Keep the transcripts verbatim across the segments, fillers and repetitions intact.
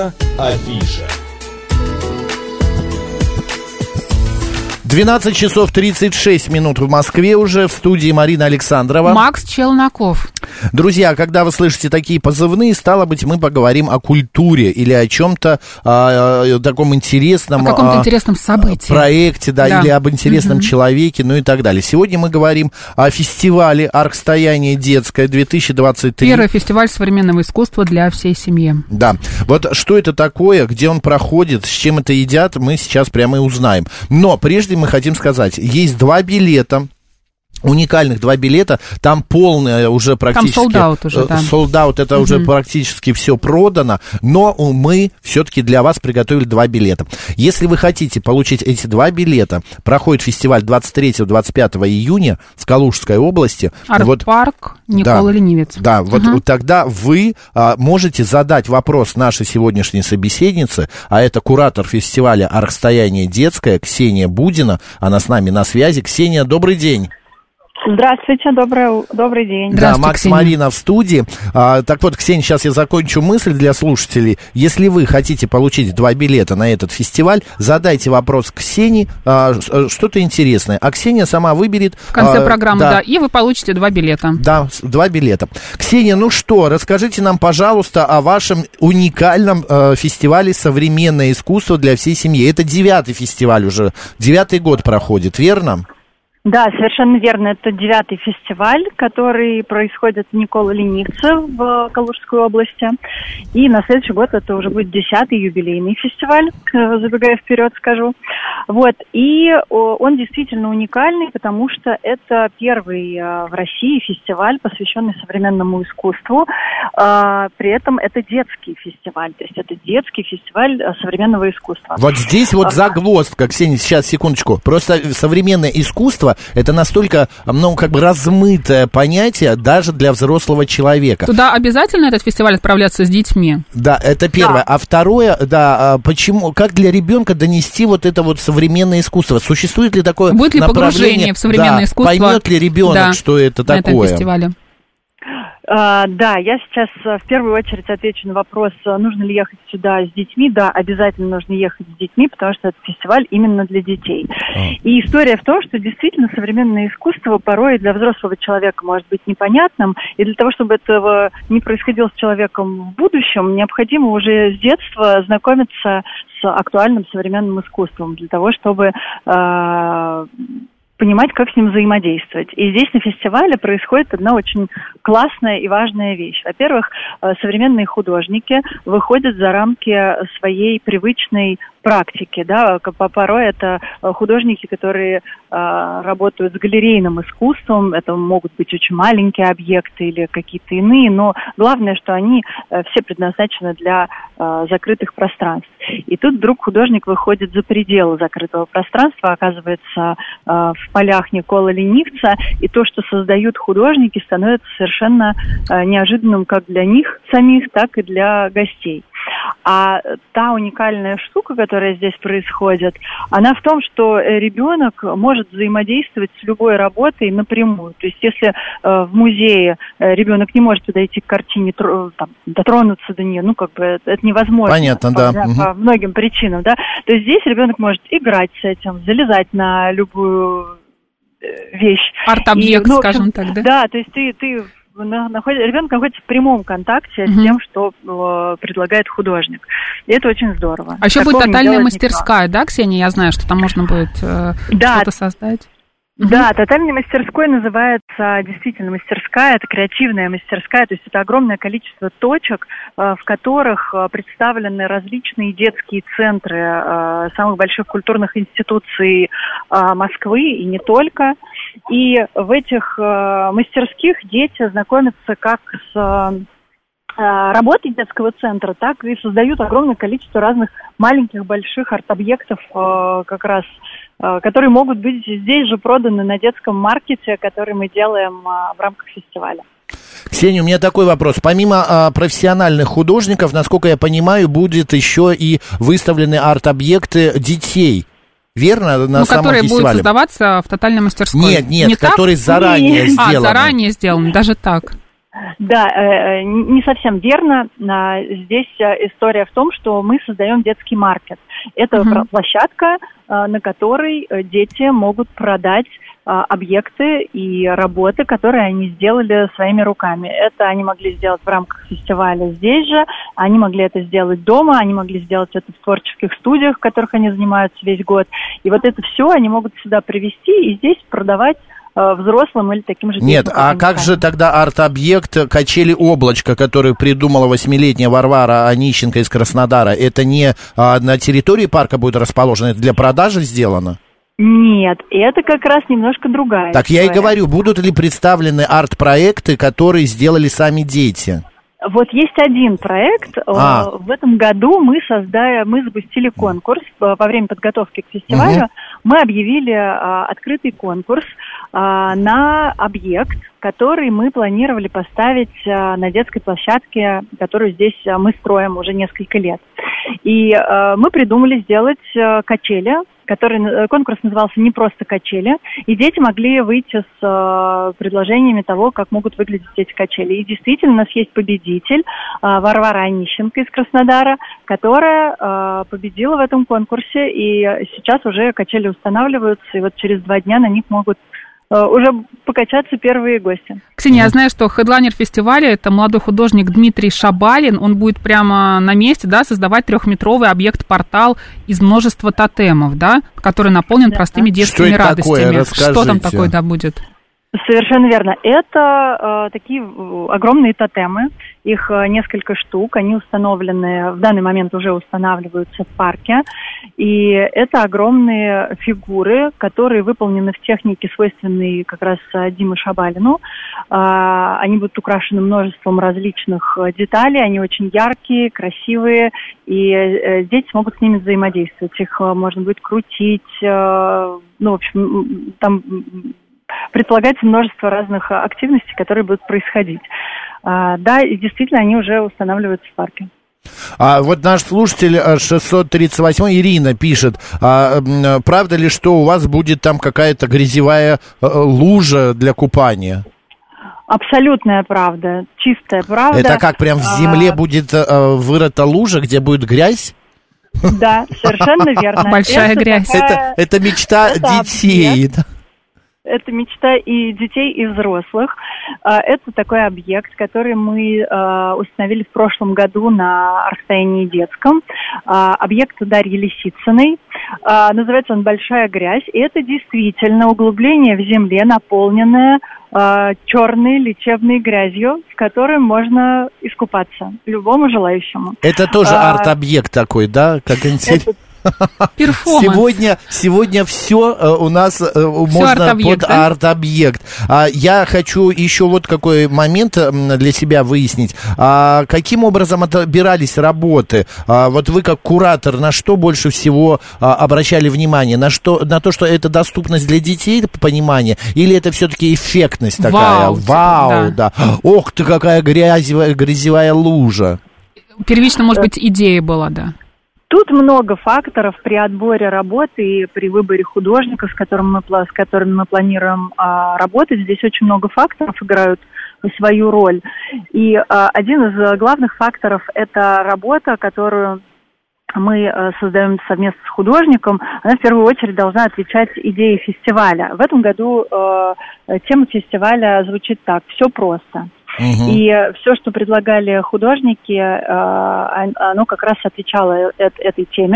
Наша афиша. двенадцать часов тридцать шесть минут в Москве уже, в студии Марина Александрова. Макс Челноков. Друзья, когда вы слышите такие позывные, стало быть, мы поговорим о культуре или о чем-то а, таком интересном... О каком-то а, интересном событии. Проекте, да, да. Или об интересном угу. человеке, ну и так далее. Сегодня мы говорим о фестивале «Архстояние детское» две тысячи двадцать три. Первый фестиваль современного искусства для всей семьи. Да. Вот что это такое, где он проходит, с чем это едят, мы сейчас прямо и узнаем. Но прежде мы хотим сказать, есть два билета. Уникальных два билета, там полное уже практически... Там солд-аут уже, да. Солд-аут, это mm-hmm. уже практически все продано, но мы все-таки для вас приготовили два билета. Если вы хотите получить эти два билета, проходит фестиваль двадцать третьего — двадцать пятого июня в Калужской области. Арт-парк вот, Никола да, Ленивец. Да, uh-huh. вот, вот тогда вы а, можете задать вопрос нашей сегодняшней собеседнице, а это куратор фестиваля «Архстояние детское» Ксения Будина, она с нами на связи. Ксения, добрый день. Здравствуйте, добрый, добрый день. Да, Макс, Ксения. Марина в студии. А, так вот, Ксения, сейчас я закончу мысль для слушателей. Если вы хотите получить два билета на этот фестиваль, задайте вопрос Ксении, а, что-то интересное. А Ксения сама выберет... В конце а, программы, да. да, и вы получите два билета. Да, два билета. Ксения, ну что, расскажите нам, пожалуйста, о вашем уникальном э, фестивале «Современное искусство для всей семьи». Это девятый фестиваль уже, девятый год проходит, верно? Да, совершенно верно. Это девятый фестиваль, который происходит в Никола Ленивце в Калужской области. И на следующий год это уже будет десятый юбилейный фестиваль, забегая вперед скажу. Вот. И он действительно уникальный, потому что это первый в России фестиваль, посвященный современному искусству. При этом это детский фестиваль, то есть это детский фестиваль современного искусства. Вот здесь вот загвоздка, Ксения, сейчас, секундочку. Просто современное искусство — это настолько, ну, как бы размытое понятие даже для взрослого человека. Туда обязательно этот фестиваль отправляться с детьми? Да, это первое. Да. А второе, да, почему, как для ребенка донести вот это вот современное искусство? Существует ли такое Будет ли направление? погружение в современное да, искусство? Поймет ли ребенок, да, что это на такое? этом фестивале? Uh, да, я сейчас uh, в первую очередь отвечу на вопрос, uh, нужно ли ехать сюда с детьми. Да, обязательно нужно ехать с детьми, потому что это фестиваль именно для детей. Uh. И история в том, что действительно современное искусство порой для взрослого человека может быть непонятным, и для того, чтобы этого не происходило с человеком в будущем, необходимо уже с детства знакомиться с актуальным современным искусством, для того, чтобы... Uh, понимать, как с ним взаимодействовать. И здесь на фестивале происходит одна очень классная и важная вещь. Во-первых, современные художники выходят за рамки своей привычной практики, да, порой это художники, которые а, работают с галерейным искусством, это могут быть очень маленькие объекты или какие-то иные, но главное, что они а, все предназначены для а, закрытых пространств. И тут вдруг художник выходит за пределы закрытого пространства, оказывается а, в полях Никола Ленивца, и то, что создают художники, становится совершенно а, неожиданным как для них самих, так и для гостей. А та уникальная штука, которая здесь происходит, она в том, что ребенок может взаимодействовать с любой работой напрямую. То есть если э, в музее ребенок не может подойти к картине, тр, там, дотронуться до нее, ну как бы это, это невозможно. Понятно, по, да. По угу. многим причинам, да. То есть здесь ребенок может играть с этим, залезать на любую вещь. Арт-объект, и, ну, скажем так, да? Да, то есть ты... ты Находится, ребенок находится в прямом контакте uh-huh. с тем, что э, предлагает художник. И это очень здорово. А еще будет тотальная мастерская, да, Ксения? Я знаю, что там можно будет э, да. что-то создать. Uh-huh. Да, тотальной мастерской называется действительно мастерская, это креативная мастерская, то есть это огромное количество точек, в которых представлены различные детские центры самых больших культурных институций Москвы и не только. И в этих мастерских дети знакомятся как с работой детского центра, так и создают огромное количество разных маленьких, больших арт-объектов, как раз, которые могут быть здесь же проданы на детском маркете, который мы делаем в рамках фестиваля. Ксения, у меня такой вопрос. Помимо а, профессиональных художников, насколько я понимаю, будет еще и выставлены арт-объекты детей. Верно? На ну, самом которые фестивале. Будут создаваться в тотальной мастерской. Нет, нет, не которые так? заранее нет. сделаны. А, заранее сделаны, даже так. Да, э, не совсем верно. Здесь история в том, что мы создаем детский маркет. Это uh-huh. площадка, на которой дети могут продать объекты и работы, которые они сделали своими руками. Это они могли сделать в рамках фестиваля здесь же, они могли это сделать дома, они могли сделать это в творческих студиях, в которых они занимаются весь год. И вот это все они могут сюда привезти и здесь продавать взрослым или таким же детям. Нет, а как же тогда арт-объект «Качели облачко», который придумала восьмилетняя Варвара Онищенко из Краснодара? Это не а, на территории парка будет расположено, это для продажи сделано? Нет, это как раз немножко другая Так история. Я и говорю, будут ли представлены арт-проекты, которые сделали сами дети? Вот есть один проект. А. В этом году мы создали, мы запустили конкурс во время подготовки к фестивалю. Угу. Мы объявили а, открытый конкурс а, на объект, который мы планировали поставить а, на детской площадке, которую здесь а, мы строим уже несколько лет. И а, мы придумали сделать а, качели, который конкурс назывался «Не просто качели», и дети могли выйти с э, предложениями того, как могут выглядеть эти качели. И действительно, у нас есть победитель, э, Варвара Онищенко из Краснодара, которая э, победила в этом конкурсе, и сейчас уже качели устанавливаются, и вот через два дня на них могут уже покачаться первые гости. Ксения, я знаю, что хедлайнер фестиваля — это молодой художник Дмитрий Шабалин. Он будет прямо на месте, да, создавать трехметровый объект-портал из множества тотемов, да, который наполнен да. простыми детскими что радостями. Что там такое, да, будет? Совершенно верно. Это э, такие огромные тотемы, их э, несколько штук, они установлены, в данный момент уже устанавливаются в парке, и это огромные фигуры, которые выполнены в технике, свойственной как раз Диме Шабалину. Э, они будут украшены множеством различных деталей, они очень яркие, красивые, и э, дети смогут с ними взаимодействовать. Их э, можно будет крутить, э, ну, в общем, там... предполагается множество разных активностей, которые будут происходить. А, да, и действительно, они уже устанавливаются в парке. А вот наш слушатель шестьсот тридцать восемь Ирина пишет, а, правда ли, что у вас будет там какая-то грязевая лужа для купания? Абсолютная правда, чистая правда. Это как, прям в земле а... будет а, вырыта лужа, где будет грязь? Да, совершенно верно. Большая грязь. Это мечта детей. Это мечта и детей, и взрослых. Это такой объект, который мы установили в прошлом году на расстоянии детском. Объект Дарьи Лисицыной. Называется он «Большая грязь». И это действительно углубление в земле, наполненное черной лечебной грязью, в которой можно искупаться любому желающему. Это тоже а, арт-объект такой, да? Как интересно. Сегодня, сегодня все у нас все можно арт-объект, под да? арт-объект. А, я хочу еще вот какой момент для себя выяснить. А, каким образом отбирались работы? А, вот вы как куратор на что больше всего а, обращали внимание? На, что, на то, что это доступность для детей, понимание? Или это все-таки эффектность такая? Вау, Вау, да. да. Ох ты, какая грязевая, грязевая лужа. Первично, может быть, идея была, да. Тут много факторов при отборе работы и при выборе художника, с которым мы, с которыми мы планируем а, работать. Здесь очень много факторов играют свою роль. И а, один из главных факторов – это работа, которую мы а, создаем совместно с художником. Она в первую очередь должна отвечать идее фестиваля. В этом году а, тема фестиваля звучит так: «Все просто». Uh-huh. И все, что предлагали художники, оно как раз отвечало этой теме.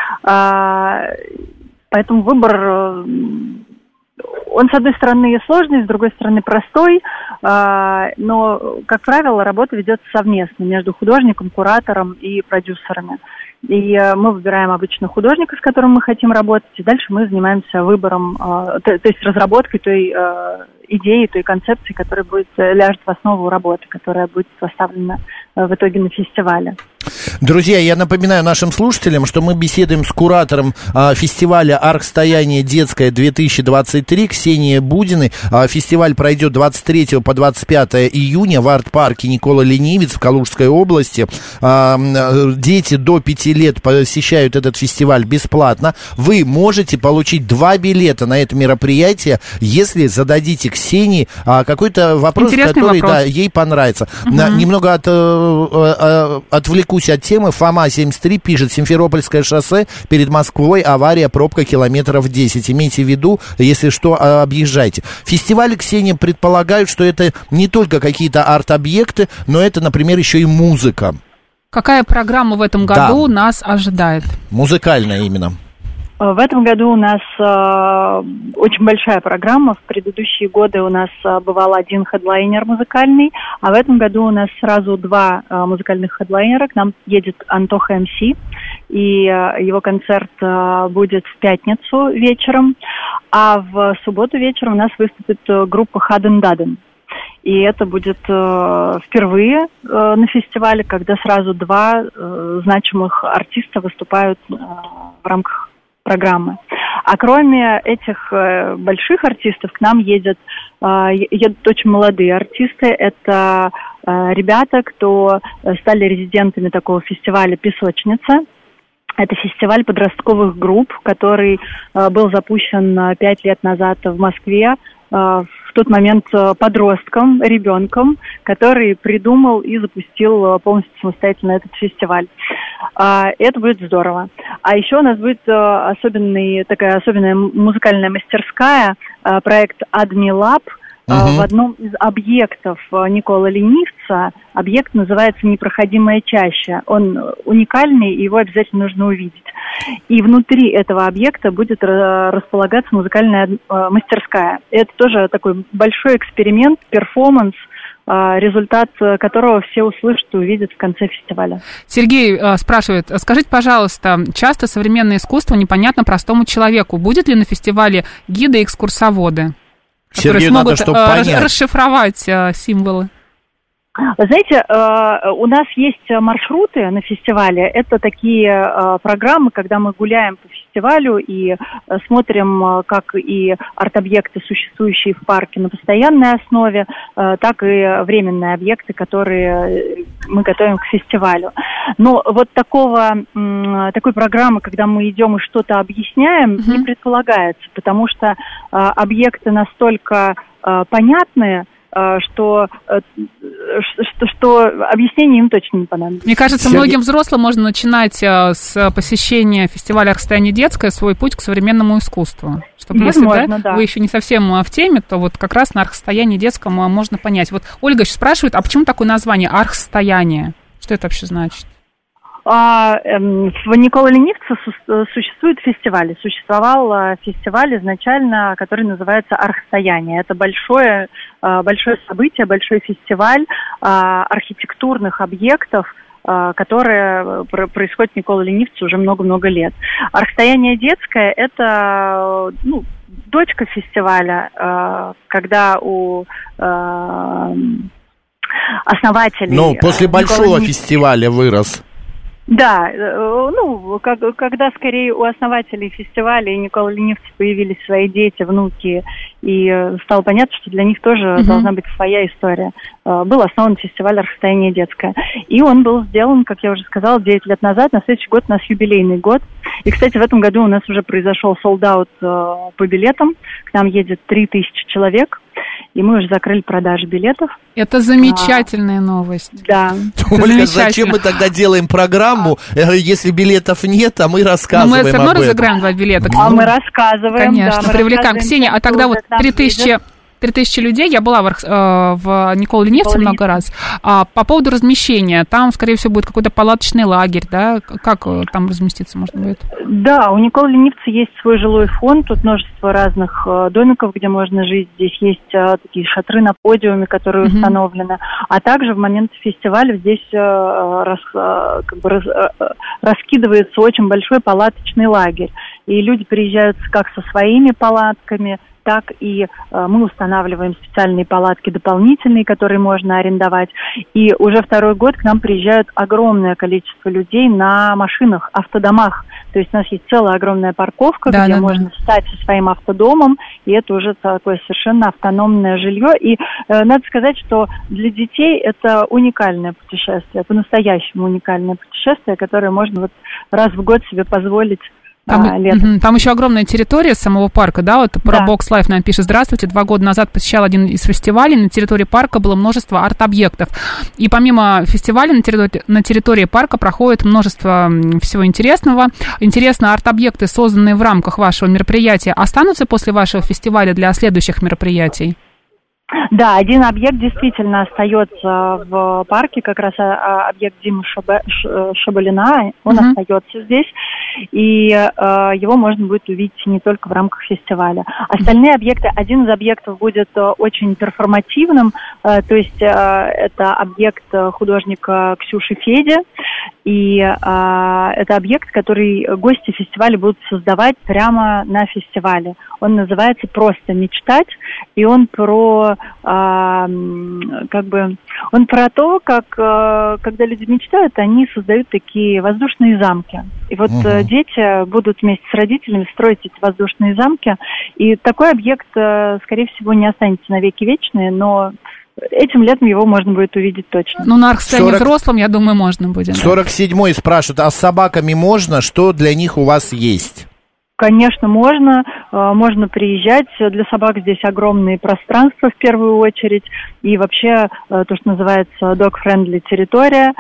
Поэтому выбор, он, с одной стороны, сложный, с другой стороны, простой, но, как правило, работа ведется совместно между художником, куратором и продюсерами. И мы выбираем обычно художника, с которым мы хотим работать, и дальше мы занимаемся выбором, то, то есть разработкой той идеи, той концепции, которая будет ляжет в основу работы, которая будет поставлена в итоге на фестивале. Друзья, я напоминаю нашим слушателям, что мы беседуем с куратором а, фестиваля «Архстояние детское-две тысячи двадцать три» Ксенией Будиной. А, фестиваль пройдет двадцать третьего по двадцать пятое июня в арт-парке Никола Ленивец в Калужской области. А, дети до пяти лет посещают этот фестиваль бесплатно. Вы можете получить два билета на это мероприятие, если зададите Ксении а, какой-то вопрос, Интересный который вопрос. Да, ей понравится. Угу. На, немного от, э, отвлекусь от темы. Фома семьдесят три пишет: Симферопольское шоссе, перед Москвой авария, пробка километров десять. Имейте в виду, если что, объезжайте. Фестивали, Ксения, предполагают, что это не только какие-то арт-объекты, но это, например, еще и музыка. Какая программа в этом году Да. нас ожидает? Музыкальная именно. В этом году у нас э, очень большая программа. В предыдущие годы у нас э, бывал один хедлайнер музыкальный, а в этом году у нас сразу два э, музыкальных хедлайнера. К нам едет Антоха эм си, и э, его концерт э, будет в пятницу вечером, а в субботу вечером у нас выступит э, группа Хаден Даден. И это будет э, впервые э, на фестивале, когда сразу два э, значимых артиста выступают э, в рамках программы. А кроме этих э, больших артистов к нам едет, э, едут очень молодые артисты. Это э, ребята, кто стали резидентами такого фестиваля «Песочница». Это фестиваль подростковых групп, который э, был запущен э, пять лет назад в Москве. Э, в тот момент э, подростком, ребенком, который придумал и запустил э, полностью самостоятельно этот фестиваль. Э, это будет здорово. А еще у нас будет э, особенный, такая особенная музыкальная мастерская, э, проект «Адмилаб». Uh-huh. В одном из объектов Никола Ленивца, объект называется «Непроходимая чаща». Он уникальный, и его обязательно нужно увидеть. И внутри этого объекта будет располагаться музыкальная мастерская. Это тоже такой большой эксперимент, перформанс, результат которого все услышат и увидят в конце фестиваля. Сергей э, спрашивает: скажите, пожалуйста, часто современное искусство непонятно простому человеку. Будет ли на фестивале гиды и экскурсоводы, которые Сергею смогут надо, чтобы э, понять. расшифровать э, символы? Вы знаете, у нас есть маршруты на фестивале. Это такие программы, когда мы гуляем по фестивалю и смотрим как и арт-объекты, существующие в парке на постоянной основе, так и временные объекты, которые мы готовим к фестивалю. Но вот такого, такой программы, когда мы идем и что-то объясняем, mm-hmm. не предполагается, потому что объекты настолько понятные, Что, что, что объяснение им точно не понадобится. Мне кажется, Сергей... многим взрослым можно начинать с посещения фестиваля «Архстояние детское» свой путь к современному искусству. Чтобы, Возможно, если да, да. вы еще не совсем в теме, то вот как раз на «Архстоянии детском» можно понять. Вот Ольга сейчас спрашивает, а почему такое название «Архстояние»? Что это вообще значит? А, эм, в Никола Ленивце су- существует фестиваль. Существовал э, фестиваль изначально, который называется «Архстояние». Это большое, э, большое событие, большой фестиваль э, архитектурных объектов, э, которые пр- происходит в Никола Ленивце уже много-много лет. «Архстояние детское» — это ну, дочка фестиваля, э, когда у... Э, основателей... Ну, после Никола большого Ленивца... фестиваля вырос. Да, ну, как, когда скорее у основателей фестиваля и Никола Ленивца появились свои дети, внуки, и стало понятно, что для них тоже mm-hmm. должна быть своя история. Был основан фестиваль «Архстояние детское». И он был сделан, как я уже сказала, девять лет назад. На следующий год у нас юбилейный год. И, кстати, в этом году у нас уже произошел солд-аут по билетам. К нам едет три тысячи человек. И мы уже закрыли продажи билетов. Это замечательная а, новость. Да. Ольга, зачем мы тогда делаем программу, если билетов нет, а мы рассказываем об этом? Но мы все равно разыграем два билета. А мы рассказываем, Конечно, да, мы привлекаем. Ксения, а тогда вот три тысячи... Три тысячи людей, я была в, э, в Никола Ленивце много раз. А по поводу размещения, там, скорее всего, будет какой-то палаточный лагерь, да? Как там разместиться можно будет? Да, у Никола Ленивца есть свой жилой фонд, тут множество разных э, домиков, где можно жить. Здесь есть э, такие шатры на подиуме, которые mm-hmm. установлены. А также в момент фестиваля здесь э, рас, э, как бы рас, э, раскидывается очень большой палаточный лагерь. И люди приезжают как со своими палатками, так и э, мы устанавливаем специальные палатки дополнительные, которые можно арендовать. И уже второй год к нам приезжают огромное количество людей на машинах, автодомах. То есть у нас есть целая огромная парковка, да, где да, можно да. встать со своим автодомом, и это уже такое совершенно автономное жилье. И э, надо сказать, что для детей это уникальное путешествие, по-настоящему уникальное путешествие, которое можно вот раз в год себе позволить. Там, угу, там еще огромная территория самого парка, да, вот про да. Box Life нам пишет: здравствуйте, два года назад посещал один из фестивалей, на территории парка было множество арт-объектов, и помимо фестиваля на территории, на территории парка проходит множество всего интересного. Интересно, арт-объекты, созданные в рамках вашего мероприятия, останутся после вашего фестиваля для следующих мероприятий? Да, один объект действительно остается в парке, как раз объект Димы Шабалина, он uh-huh. остается здесь, и э, его можно будет увидеть не только в рамках фестиваля. Остальные объекты, один из объектов будет очень перформативным, э, то есть э, это объект художника Ксюши Феди, и э, это объект, который гости фестиваля будут создавать прямо на фестивале. Он называется «Просто мечтать», и он про а, как бы он про то, как а, когда люди мечтают, они создают такие воздушные замки. И вот угу. а, дети будут вместе с родителями строить эти воздушные замки. И такой объект, а, скорее всего, не останется навеки вечный, но этим летом его можно будет увидеть точно. Ну, на арт-сцене сорок... взрослым, я думаю, можно будет. сорок седьмой спрашивает, а с собаками можно? Что для них у вас есть? Конечно, можно. Можно приезжать. Для собак здесь огромные пространства в первую очередь. И вообще то, что называется dog-friendly территория.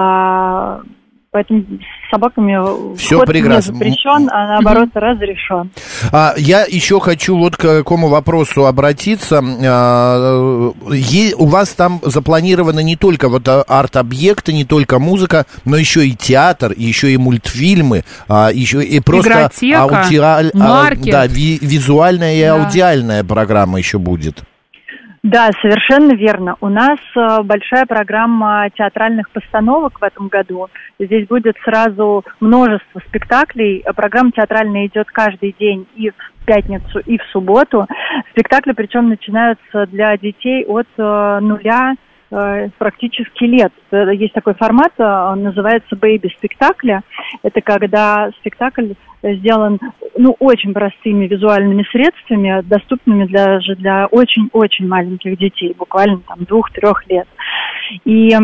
Поэтому с собаками все вход прекрасно. Не запрещен, а наоборот mm-hmm. разрешен. А, я еще хочу вот к какому вопросу обратиться. А, е, у вас там запланировано не только вот арт-объекты, не только музыка, но еще и театр, еще и мультфильмы, а, еще и просто аудиаль, а, да, ви, визуальная и да. аудиальная программа еще будет. Да, совершенно верно. У нас э, большая программа театральных постановок в этом году. Здесь будет сразу множество спектаклей. Программа театральная идет каждый день и в пятницу, и в субботу. Спектакли, причем, начинаются для детей от э, нуля э, практически лет. Есть такой формат, он называется бэйби-спектакли. Это когда спектакль сделан, ну, очень простыми визуальными средствами, доступными для, для очень-очень маленьких детей, буквально там двух-трех лет. И э,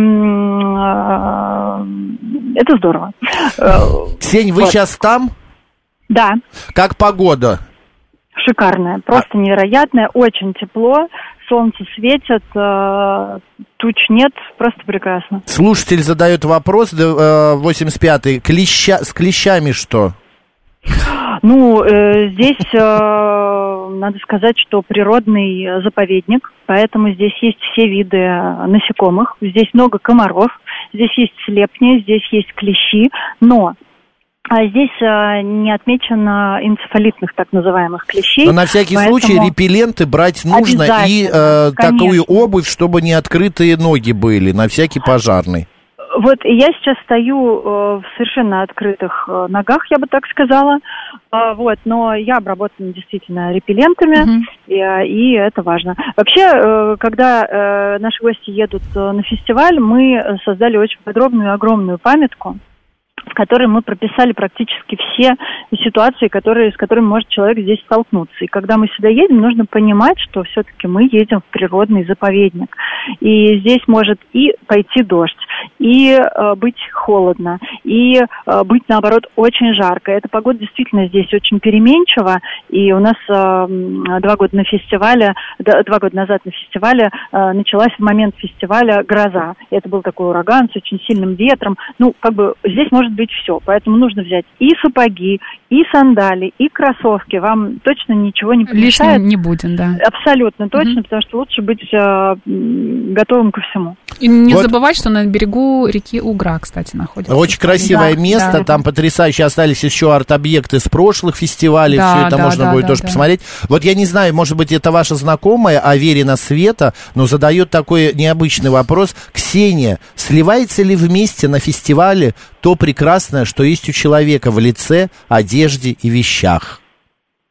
это здорово. Ксения, вы вот. Сейчас там? Да. Как погода? Шикарная, просто а... невероятная, очень тепло, солнце светит, э, туч нет, просто прекрасно. Слушатель задает вопрос, э, восемьдесят пятый, клеща, с клещами что? Ну, э, здесь э, надо сказать, что природный заповедник, поэтому здесь есть все виды насекомых, здесь много комаров, здесь есть слепни, здесь есть клещи, но а здесь а, не отмечено энцефалитных так называемых клещей. Но на всякий случай репелленты брать нужно и э, такую обувь, чтобы не открытые ноги были, на всякий пожарный. Вот я сейчас стою э, в совершенно открытых э, ногах, я бы так сказала, э, вот, но я обработана действительно репеллентами, uh-huh. и, и это важно. Вообще, э, когда э, наши гости едут э, на фестиваль, мы создали очень подробную и огромную памятку, в которой мы прописали практически все ситуации, которые, с которыми может человек здесь столкнуться. И когда мы сюда едем, нужно понимать, что все-таки мы едем в природный заповедник. И здесь может и пойти дождь, и э, быть холодно, и э, быть, наоборот, очень жарко. Эта погода действительно здесь очень переменчива. И у нас э, два года на фестивале, два года назад на фестивале э, началась в момент фестиваля гроза. И это был такой ураган с очень сильным ветром. Ну, как бы здесь может быть все. Поэтому нужно взять и сапоги, и сандали, и кроссовки. Вам точно ничего не помешает. Лишним не будет, да. Абсолютно точно, угу. потому что лучше быть э, готовым ко всему. И не вот. Забывать, что на берегу реки Угра, кстати, находится. Очень красивое да, место, да. Там потрясающе остались еще арт-объекты с прошлых фестивалей, да, все это да, можно да, будет да, тоже да. посмотреть. Вот я не знаю, может быть, это ваша знакомая Аверина Света, но задает такой необычный вопрос. Ксения, сливается ли вместе на фестивале то прекрасное, что есть у человека в лице, одежде и вещах?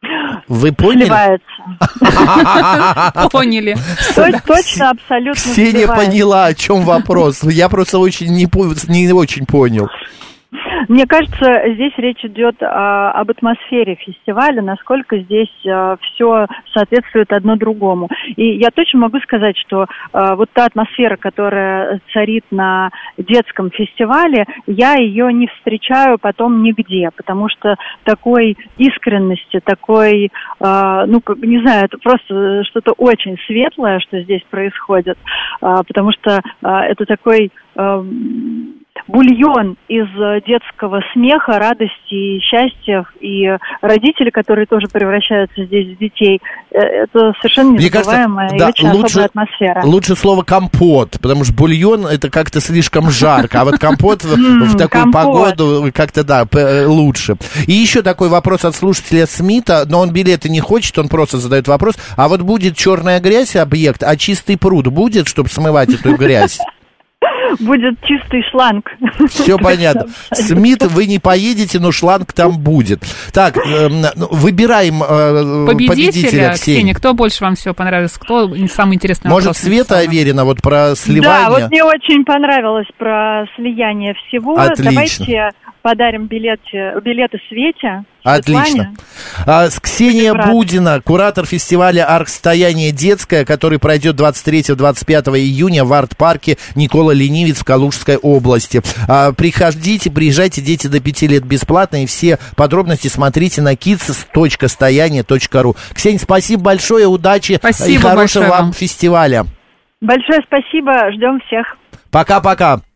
Вы поняли? Сливается. Поняли. Точно, абсолютно Ксения поняла, о чем вопрос. Я просто очень не, не очень понял. Мне кажется, здесь речь идет а, об атмосфере фестиваля, насколько здесь а, все соответствует одно другому. И я точно могу сказать, что а, вот та атмосфера, которая царит на детском фестивале, я ее не встречаю потом нигде, потому что такой искренности, такой, а, ну, как, не знаю, это просто что-то очень светлое, что здесь происходит, а, потому что а, это такой... А, бульон из детского смеха, радости и счастья, и родители, которые тоже превращаются здесь в детей, это совершенно незабываемая и очень особая атмосфера. Лучше слово компот, потому что бульон это как-то слишком жарко, а вот компот в такую погоду как-то, да, лучше. И еще такой вопрос от слушателя Смита, но он билеты не хочет, он просто задает вопрос, а вот будет черная грязь объект, а чистый пруд будет, чтобы смывать эту грязь? Будет чистый шланг. Все понятно. Смит, вы не поедете, но шланг там будет. Так, э, выбираем э, победителя, победителя Ксения. Ксения, кто больше вам всего понравился? Кто самый интересный Может, вопрос? Света Аверина, вот про сливание? Да, вот мне очень понравилось про слияние всего. Отлично. Давайте подарим билеты, билеты Свете. Отлично. А, с Ксения Будина, куратор фестиваля «Аркстояние детское», который пройдет двадцать третьего — двадцать пятого июня в арт-парке Никола Ленивец в Калужской области. А, приходите, приезжайте, дети до пяти лет бесплатно, и все подробности смотрите на kids точка стояние точка ру. Ксения, спасибо большое, удачи спасибо и хорошего большое вам фестиваля. Большое спасибо, ждем всех. Пока-пока.